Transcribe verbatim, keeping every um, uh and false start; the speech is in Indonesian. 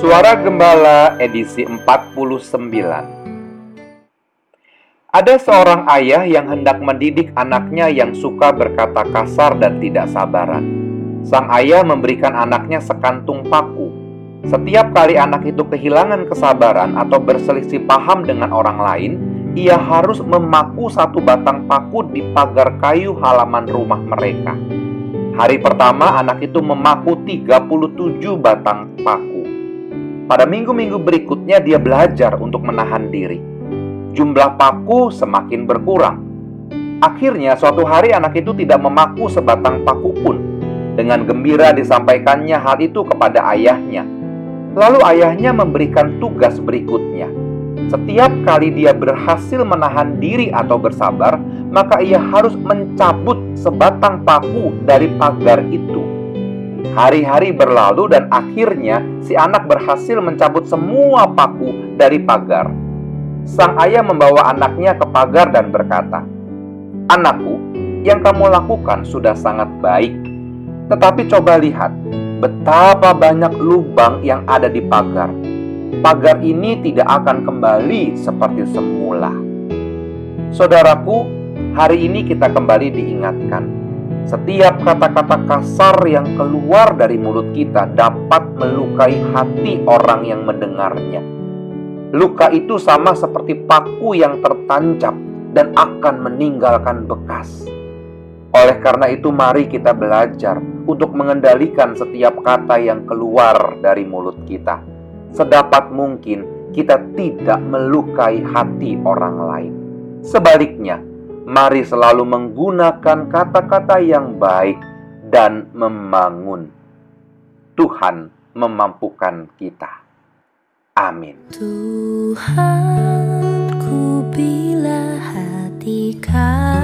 Suara Gembala edisi empat puluh sembilan. Ada seorang ayah yang hendak mendidik anaknya yang suka berkata kasar dan tidak sabaran. Sang ayah memberikan anaknya sekantung paku. Setiap kali anak itu kehilangan kesabaran atau berselisih paham dengan orang lain, ia harus memaku satu batang paku di pagar kayu halaman rumah mereka. Hari pertama anak itu memaku tiga puluh tujuh batang paku. Pada minggu-minggu berikutnya dia belajar untuk menahan diri. Jumlah paku semakin berkurang. Akhirnya suatu hari anak itu tidak memaku sebatang paku pun. Dengan gembira disampaikannya hal itu kepada ayahnya. Lalu ayahnya memberikan tugas berikutnya. Setiap kali dia berhasil menahan diri atau bersabar, maka ia harus mencabut sebatang paku dari pagar itu. Hari-hari berlalu dan akhirnya si anak berhasil mencabut semua paku dari pagar. Sang ayah membawa anaknya ke pagar dan berkata, "Anakku, yang kamu lakukan sudah sangat baik. Tetapi coba lihat, betapa banyak lubang yang ada di pagar. Pagar ini tidak akan kembali seperti semula." Saudaraku, hari ini kita kembali diingatkan. Setiap kata-kata kasar yang keluar dari mulut kita dapat melukai hati orang yang mendengarnya. Luka itu sama seperti paku yang tertancap dan akan meninggalkan bekas. Oleh karena itu, mari kita belajar untuk mengendalikan setiap kata yang keluar dari mulut kita. Sedapat mungkin kita tidak melukai hati orang lain. Sebaliknya, mari selalu menggunakan kata-kata yang baik dan membangun. Tuhan memampukan kita. Amin. Tuhanku, bila hati kami